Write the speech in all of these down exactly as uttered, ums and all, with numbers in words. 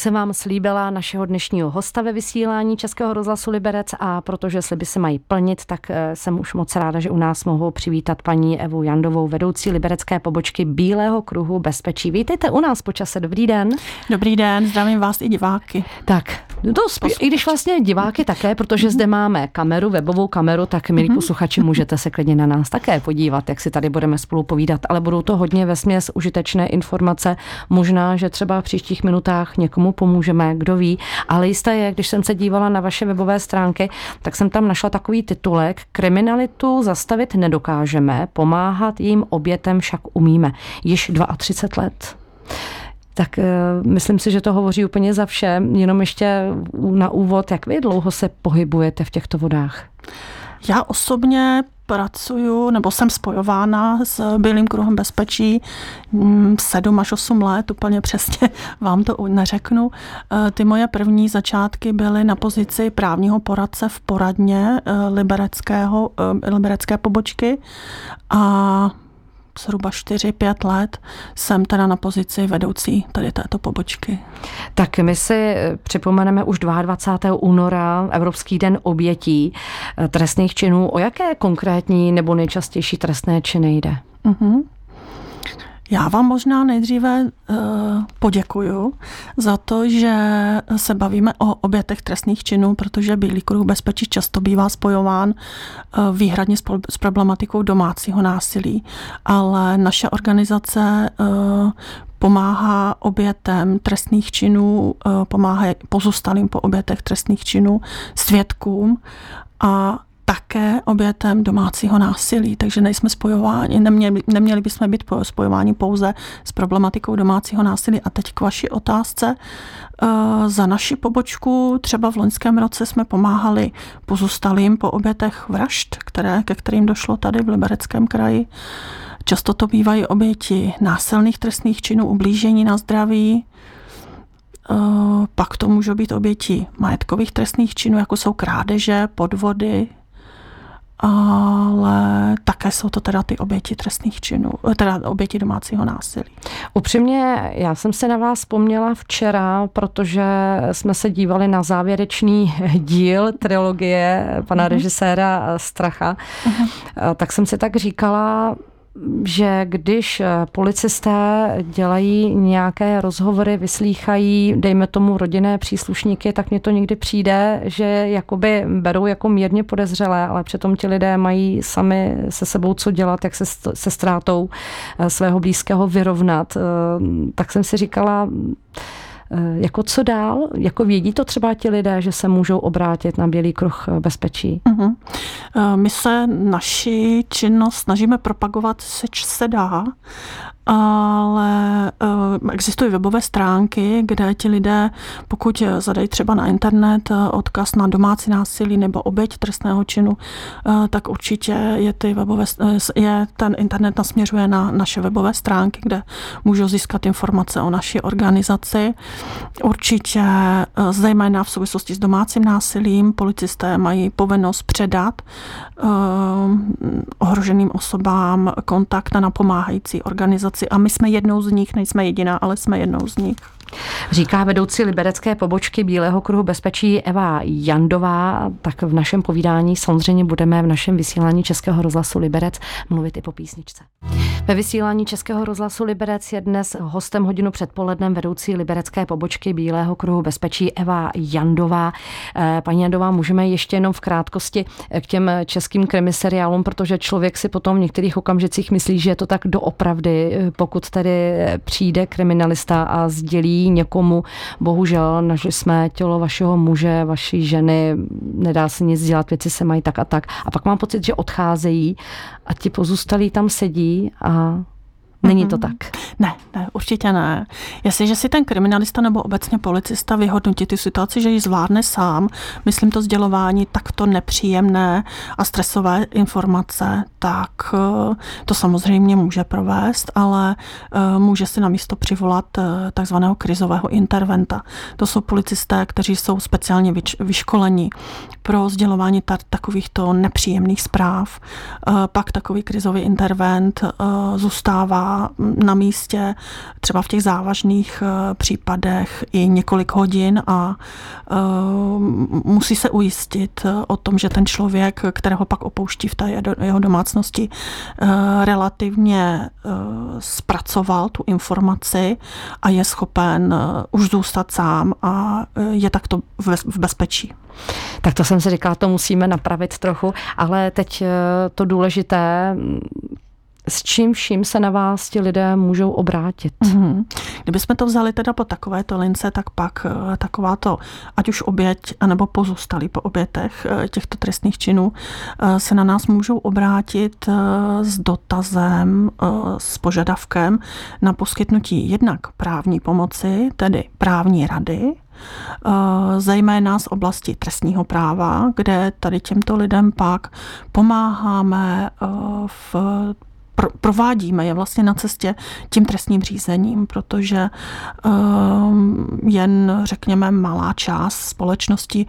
jsem vám slíbila našeho dnešního hosta ve vysílání Českého rozhlasu Liberec a protože sliby se mají plnit, tak jsem už moc ráda, že u nás mohou přivítat paní Evu Jandovou, vedoucí liberecké pobočky Bílého kruhu bezpečí. Vítejte u nás po čase, dobrý den. Dobrý den, zdravím vás i diváky. Tak, to spí- i když vlastně diváky také, protože zde máme kameru, webovou kameru, tak milí posluchači, můžete se klidně na nás také podívat, jak si tady budeme spolu povídat, ale budou to hodně vesměs užitečné informace. Možná, že třeba v příštích minutách někomu pomůžeme, kdo ví, ale jisté je, když jsem se dívala na vaše webové stránky, tak jsem tam našla takový titulek: Kriminalitu zastavit nedokážeme, pomáhat jim obětem však umíme. Již třicet dva let. Tak myslím si, že to hovoří úplně za vše. Jenom ještě na úvod, jak vy dlouho se pohybujete v těchto vodách? Já osobně pracuju, nebo jsem spojována s Bílým kruhem bezpečí sedm až osm let, úplně přesně vám to neřeknu. Ty moje první začátky byly na pozici právního poradce v poradně libereckého, liberecké pobočky a zhruba čtyři pět let jsem teda na pozici vedoucí tady této pobočky. Tak my si připomeneme už dvacátého druhého února, Evropský den obětí trestných činů. O jaké konkrétní nebo nejčastější trestné činy jde? Uh-huh. Já vám možná nejdříve uh, poděkuju za to, že se bavíme o obětech trestných činů, protože Bílý kruh bezpečí často bývá spojován uh, výhradně s, s problematikou domácího násilí, ale naše organizace uh, pomáhá obětem trestných činů, uh, pomáhá pozůstalým po obětech trestných činů, svědkům a také obětem domácího násilí, takže nejsme spojováni, neměli, neměli bychom být spojováni pouze s problematikou domácího násilí. A teď k vaší otázce. Za naši pobočku třeba v loňském roce jsme pomáhali pozůstalým po obětech vražd, které, ke kterým došlo tady v Libereckém kraji. Často to bývají oběti násilných trestných činů, ublížení na zdraví. Pak to můžou být oběti majetkových trestných činů, jako jsou krádeže, podvody, ale také jsou to teda ty oběti trestných činů, teda oběti domácího násilí. Upřímně, já jsem se na vás vzpomněla včera, protože jsme se dívali na závěrečný díl trilogie pana uh-huh. režiséra Stracha, uh-huh. tak jsem si tak říkala, že když policisté dělají nějaké rozhovory, vyslýchají, dejme tomu, rodinné příslušníky, tak mně to někdy přijde, že jakoby berou jako mírně podezřelé, ale přitom ti lidé mají sami se sebou co dělat, jak se se ztrátou svého blízkého vyrovnat. Tak jsem si říkala, jako co dál? Jako vědí to třeba ti lidé, že se můžou obrátit na Bílý kruh bezpečí? Uh-huh. My se naši činnost snažíme propagovat, se, se dá, ale existují webové stránky, kde ti lidé, pokud zadají třeba na internet odkaz na domácí násilí nebo oběť trestného činu, tak určitě je, ty webové, je ten internet nasměřuje na naše webové stránky, kde můžou získat informace o naší organizaci. Určitě zejména v souvislosti s domácím násilím policisté mají povinnost předat uh, ohroženým osobám kontakt na napomáhající organizaci a my jsme jednou z nich, nejsme jediná, ale jsme jednou z nich. Říká vedoucí liberecké pobočky Bílého kruhu bezpečí Eva Jandová. Tak v našem povídání samozřejmě budeme v našem vysílání Českého rozhlasu Liberec mluvit i po písničce. Ve vysílání Českého rozhlasu Liberec je dnes hostem hodinu předpolednem vedoucí liberecké pobočky Bílého kruhu bezpečí Eva Jandová. Paní Jandová, můžeme ještě jenom v krátkosti k těm českým krimiseriálům, protože člověk si potom v některých okamžicích myslí, že je to tak doopravdy, pokud tedy přijde kriminalista a sdělí někomu, bohužel našli jsme tělo vašeho muže, vaší ženy, nedá se nic dělat, věci se mají tak a tak. A pak mám pocit, že odcházejí a ti pozůstalí tam sedí a není to tak. Ne, ne, určitě ne. Jestliže si ten kriminalista nebo obecně policista vyhodnotí tu situaci, že ji zvládne sám, myslím to sdělování takto nepříjemné a stresové informace, tak to samozřejmě může provést, ale může si na místo přivolat takzvaného krizového interventa. To jsou policisté, kteří jsou speciálně vyškoleni pro sdělování takovýchto nepříjemných zpráv. Pak takový krizový intervent zůstává na místě místě, třeba v těch závažných případech i několik hodin a musí se ujistit o tom, že ten člověk, kterého pak opouští v té jeho domácnosti, relativně zpracoval tu informaci a je schopen už zůstat sám a je takto v bezpečí. Tak to jsem si říkala, to musíme napravit trochu, ale teď to důležité, s čím vším se na vás ti lidé můžou obrátit? Mm-hmm. Kdybychom to vzali teda po takovéto lince, tak pak takováto, ať už oběť, anebo pozůstalí po obětech těchto trestných činů, se na nás můžou obrátit s dotazem, s požadavkem na poskytnutí jednak právní pomoci, tedy právní rady, zejména z oblasti trestního práva, kde tady těmto lidem pak pomáháme v provádíme je vlastně na cestě tím trestním řízením, protože jen, řekněme, malá část společnosti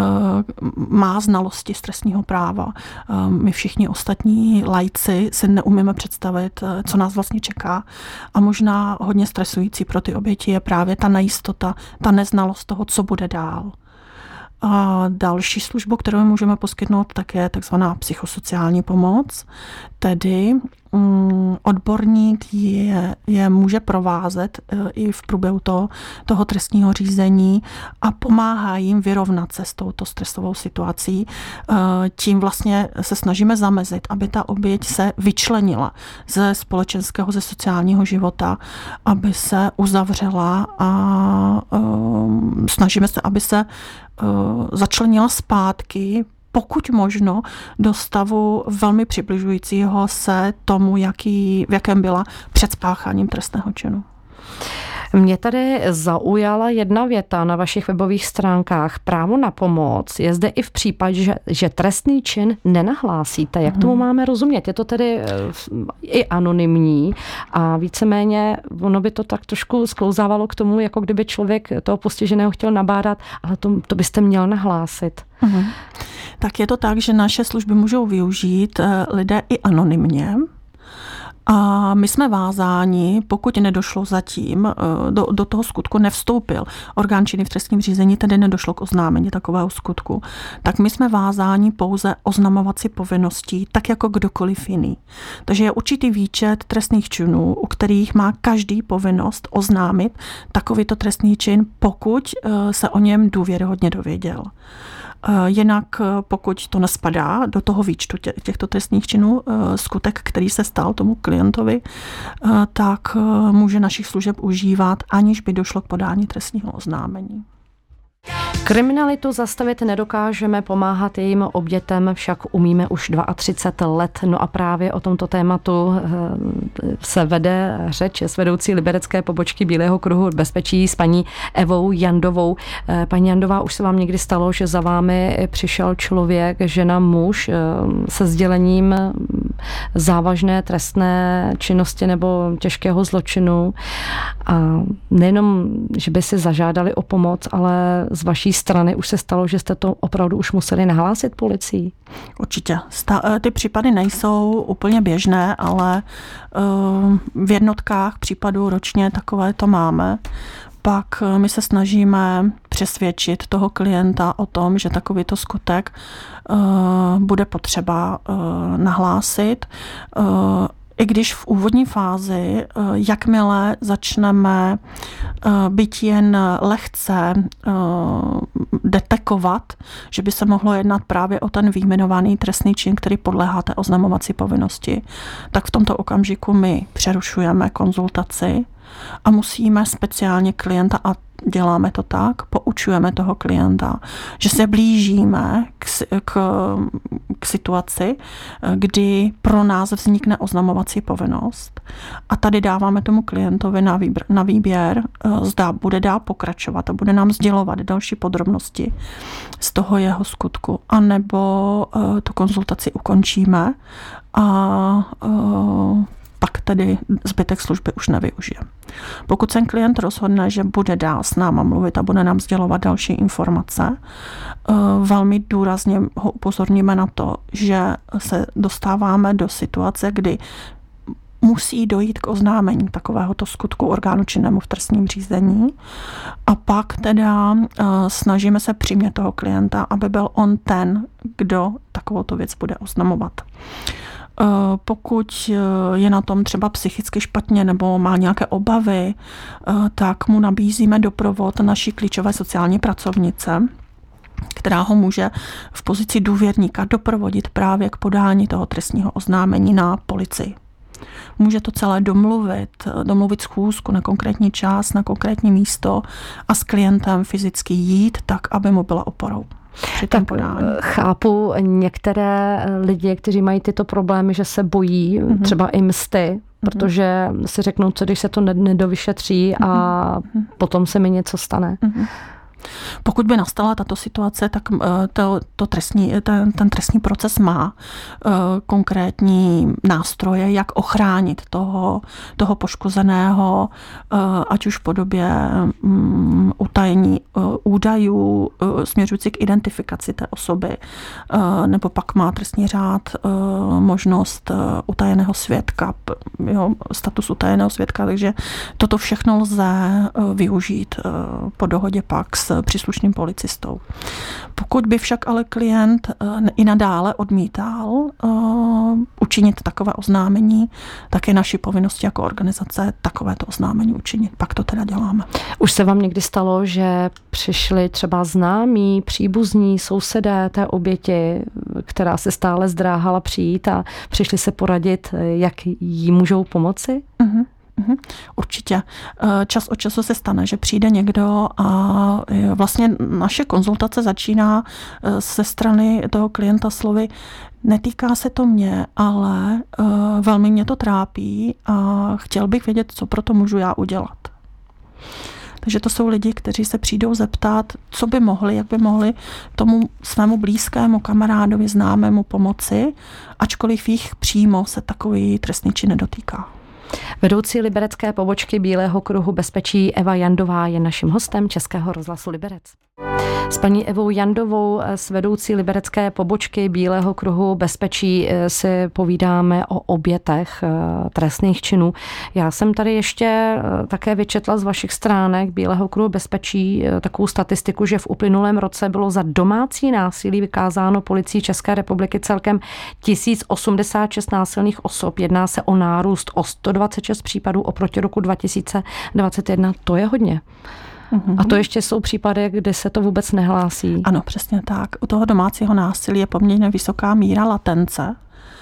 má znalosti z trestního práva. My všichni ostatní laici si neumíme představit, co nás vlastně čeká, a možná hodně stresující pro ty oběti je právě ta nejistota, ta neznalost toho, co bude dál. A další službu, kterou můžeme poskytnout, tak je takzvaná psychosociální pomoc, tedy um, odborník je, je může provázet uh, i v průběhu toho, toho trestního řízení a pomáhá jim vyrovnat se s touto stresovou situací. Uh, tím vlastně se snažíme zamezit, aby ta oběť se vyčlenila ze společenského, ze sociálního života, aby se uzavřela a uh, snažíme se, aby se začlenila zpátky, pokud možno, do stavu velmi přibližujícího se tomu, jaký, v jakém byla před spácháním trestného činu. Mě tady zaujala jedna věta na vašich webových stránkách. Právo na pomoc je zde i v případě, že, že trestný čin nenahlásíte. Jak tomu máme rozumět? Je to tedy i anonymní a víceméně ono by to tak trošku sklouzávalo k tomu, jako kdyby člověk toho postiženého chtěl nabádat, ale to, to byste měl nahlásit. Mhm. Tak je to tak, že naše služby můžou využít lidé i anonymně. A my jsme vázáni, pokud nedošlo zatím, do, do toho skutku nevstoupil orgán činný v trestním řízení, tedy nedošlo k oznámení takového skutku, tak my jsme vázáni pouze oznamovací povinností, tak jako kdokoliv jiný. Takže je určitý výčet trestných činů, u kterých má každý povinnost oznámit takovýto trestný čin, pokud se o něm důvěryhodně dověděl. Jinak pokud to nespadá do toho výčtu těchto trestných činů, skutek, který se stal tomu klientovi, tak může našich služeb užívat, aniž by došlo k podání trestního oznámení. Kriminalitu zastavit nedokážeme, pomáhat jejím obětem však umíme už třicet dva let. No a právě o tomto tématu se vede řeč s vedoucí liberecké pobočky Bílého kruhu bezpečí s paní Evou Jandovou. Paní Jandová, už se vám někdy stalo, že za vámi přišel člověk, žena, muž se sdělením závažné trestné činnosti nebo těžkého zločinu a nejenom, že by si zažádali o pomoc, ale z vaší strany už se stalo, že jste to opravdu už museli nahlásit policii? Určitě. Ty případy nejsou úplně běžné, ale v jednotkách případů ročně takové to máme. Pak my se snažíme přesvědčit toho klienta o tom, že takovýto skutek bude potřeba nahlásit. I když v úvodní fázi, jakmile začneme byť jen lehce detekovat, že by se mohlo jednat právě o ten vyjmenovaný trestný čin, který podléhá té oznamovací povinnosti, tak v tomto okamžiku my přerušujeme konzultaci a musíme speciálně klienta, a děláme to tak, poučujeme toho klienta, že se blížíme k, k, k situaci, kdy pro nás vznikne oznamovací povinnost. A tady dáváme tomu klientovi na výběr, na výběr zda bude dál pokračovat a bude nám sdělovat další podrobnosti z toho jeho skutku, anebo tu konzultaci ukončíme a pak tedy zbytek služby už nevyužije. Pokud se klient rozhodne, že bude dál s náma mluvit a bude nám sdělovat další informace, velmi důrazně ho upozorníme na to, že se dostáváme do situace, kdy musí dojít k oznámení takovéhoto skutku orgánu činnému v trestním řízení a pak teda snažíme se přimět toho klienta, aby byl on ten, kdo takovouto věc bude oznamovat. Pokud je na tom třeba psychicky špatně nebo má nějaké obavy, tak mu nabízíme doprovod naší klíčové sociální pracovnice, která ho může v pozici důvěrníka doprovodit právě k podání toho trestního oznámení na policii. Může to celé domluvit, domluvit schůzku na konkrétní čas, na konkrétní místo a s klientem fyzicky jít tak, aby mu byla oporou. Tak chápu některé lidi, kteří mají tyto problémy, že se bojí mm-hmm. třeba i msty, mm-hmm. protože si řeknou, co když se to nedovyšetří a mm-hmm. potom se mi něco stane. Mm-hmm. Pokud by nastala tato situace, tak to, to trestní, ten, ten trestní proces má uh, konkrétní nástroje, jak ochránit toho, toho poškozeného, uh, ať už v podobě um, utajení uh, údajů uh, směřující k identifikaci té osoby, uh, nebo pak má trestní řád uh, možnost uh, utajeného svědka, jo, status utajeného svědka, takže toto všechno lze uh, využít uh, po dohodě pak s příslušným policistou. Pokud by však ale klient i nadále odmítal uh, učinit takové oznámení, tak je naší povinností jako organizace takovéto oznámení učinit. Pak to teda děláme. Už se vám někdy stalo, že přišli třeba známí, příbuzní, sousedé té oběti, která se stále zdráhala přijít a přišli se poradit, jak jí můžou pomoci? Uh-huh. Určitě. Čas od času se stane, že přijde někdo a vlastně naše konzultace začíná ze strany toho klienta slovy: netýká se to mě, ale velmi mě to trápí a chtěl bych vědět, co pro to můžu já udělat. Takže to jsou lidi, kteří se přijdou zeptat, co by mohli, jak by mohli tomu svému blízkému kamarádovi, známému pomoci, ačkoliv jich přímo se takový trestný čin nedotýká. Vedoucí liberecké pobočky Bílého kruhu bezpečí Eva Jandová je naším hostem Českého rozhlasu Liberec. S paní Evou Jandovou, s vedoucí liberecké pobočky Bílého kruhu bezpečí, si povídáme o obětech trestných činů. Já jsem tady ještě také vyčetla z vašich stránek Bílého kruhu bezpečí takovou statistiku, že v uplynulém roce bylo za domácí násilí vykázáno policií České republiky celkem tisíc osmdesát šest násilných osob. Jedná se o nárůst o sto dvacet šest případů oproti roku dva tisíce dvacet jedna. To je hodně. Uhum. A to ještě jsou případy, kde se to vůbec nehlásí. Ano, přesně tak. U toho domácího násilí je poměrně vysoká míra latence,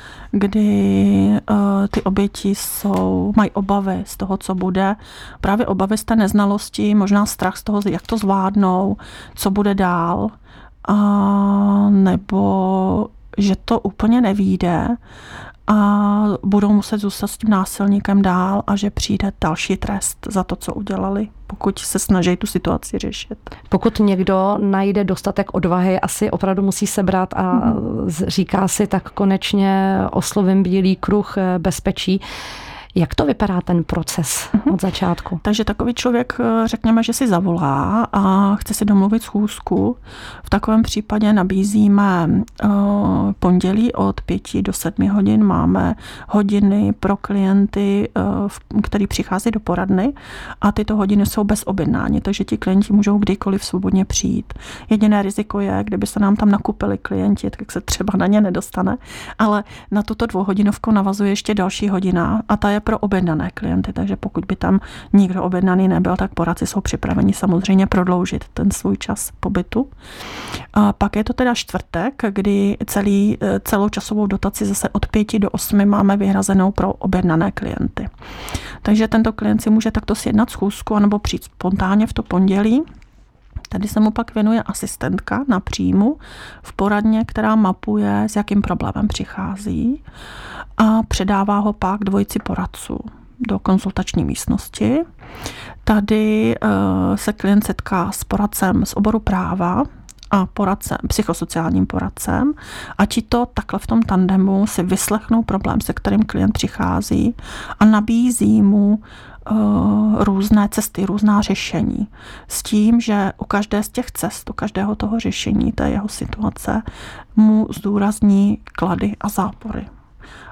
kdy uh, ty oběti jsou, mají obavy z toho, co bude. Právě obavy z té neznalosti, možná strach z toho, jak to zvládnou, co bude dál, a nebo že to úplně nevyjde a budou muset zůstat s tím násilníkem dál a že přijde další trest za to, co udělali, pokud se snaží tu situaci řešit. Pokud někdo najde dostatek odvahy, asi opravdu musí sebrat a mm. říká si, tak konečně oslovím Bílý kruh bezpečí. Jak to vypadá ten proces uh-huh. od začátku? Takže takový člověk, řekněme, že si zavolá a chce si domluvit schůzku. V takovém případě nabízíme uh, pondělí od pěti do sedmi hodin. Máme hodiny pro klienty, uh, který přichází do poradny a tyto hodiny jsou bez objednání, takže ti klienti můžou kdykoliv svobodně přijít. Jediné riziko je, kdyby se nám tam nakupili klienti, tak se třeba na ně nedostane, ale na tuto dvouhodinovku navazuje ještě další hodina a ta je pro objednané klienty, takže pokud by tam nikdo objednaný nebyl, tak poradci jsou připraveni samozřejmě prodloužit ten svůj čas pobytu. A pak je to teda čtvrtek, kdy celý, celou časovou dotaci zase od pěti do osmi máme vyhrazenou pro objednané klienty. Takže tento klient si může takto sjednat schůzku anebo přijít spontánně v to pondělí. Tady se mu pak věnuje asistentka na příjmu v poradně, která mapuje, s jakým problémem přichází a předává ho pak dvojici poradců do konzultační místnosti. Tady uh, se klient setká s poradcem z oboru práva a poradcem, psychosociálním poradcem a ti to takhle v tom tandemu si vyslechnou problém, se kterým klient přichází a nabízí mu uh, různé cesty, různá řešení. S tím, že u každé z těch cest, u každého toho řešení té jeho situace mu zdůrazní klady a zápory.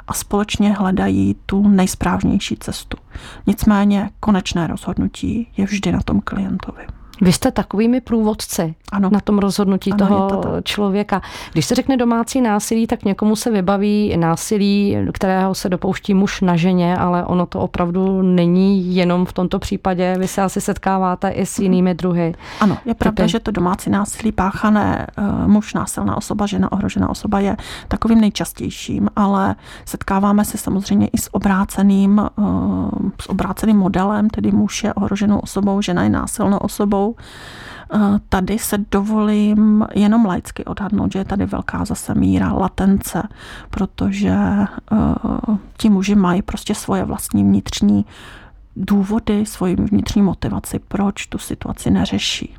a společně hledají tu nejsprávnější cestu. Nicméně konečné rozhodnutí je vždy na tom klientovi. Vy jste takovými průvodci ano. na tom rozhodnutí ano, toho to člověka. Když se řekne domácí násilí, tak někomu se vybaví násilí, kterého se dopouští muž na ženě, ale ono to opravdu není jenom v tomto případě. Vy se asi setkáváte i s jinými druhy. Ano, je pravda, že to domácí násilí páchané muž, násilná osoba, žena, ohrožená osoba je takovým nejčastějším, ale setkáváme se samozřejmě i s obráceným, s obráceným modelem, tedy muž je ohroženou osobou, žena je násilnou osobou. Tady se dovolím jenom laicky odhadnout, že je tady velká zase míra latence, protože ti muži mají prostě svoje vlastní vnitřní důvody, svoji vnitřní motivaci, proč tu situaci neřeší.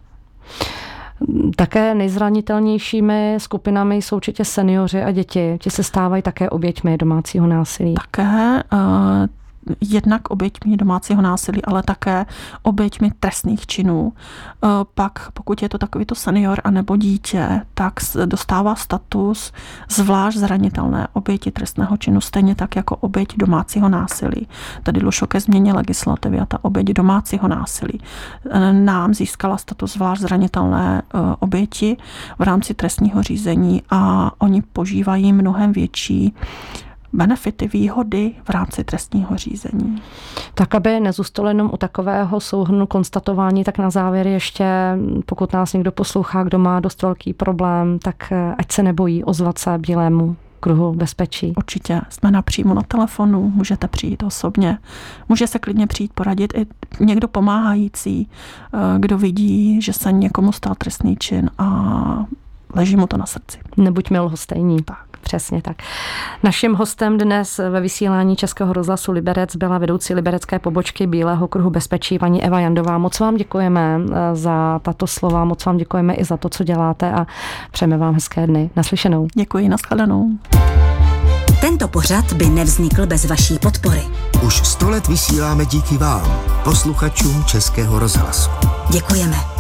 Také nejzranitelnějšími skupinami jsou určitě seniori a děti. Ti se stávají také oběťmi domácího násilí. Také jednak oběťmi domácího násilí, ale také oběťmi trestných činů. Pak, pokud je to takovýto senior anebo dítě, tak dostává status zvlášť zranitelné oběti trestného činu, stejně tak jako oběť domácího násilí. Tady došlo ke změně legislativy a ta oběť domácího násilí nám získala status zvlášť zranitelné oběti v rámci trestního řízení a oni požívají mnohem větší benefity, výhody v rámci trestního řízení. Tak, aby nezůstalo jenom u takového souhrnu konstatování, tak na závěr ještě, pokud nás někdo poslouchá, kdo má dost velký problém, tak ať se nebojí ozvat se Bílému kruhu bezpečí. Určitě, jsme napřímo na telefonu, můžete přijít osobně, může se klidně přijít poradit i někdo pomáhající, kdo vidí, že se někomu stal trestný čin a leží mu to na srdci. Nebuďme lhostejní. Tak. Přesně tak. Naším hostem dnes ve vysílání Českého rozhlasu Liberec byla vedoucí liberecké pobočky Bílého kruhu bezpečí paní Eva Jandová. Moc vám děkujeme za tato slova, moc vám děkujeme i za to, co děláte a přejeme vám hezké dny. Naslyšenou. Děkuji, nashledanou. Tento pořad by nevznikl bez vaší podpory. Už sto let vysíláme díky vám, posluchačům Českého rozhlasu. Děkujeme.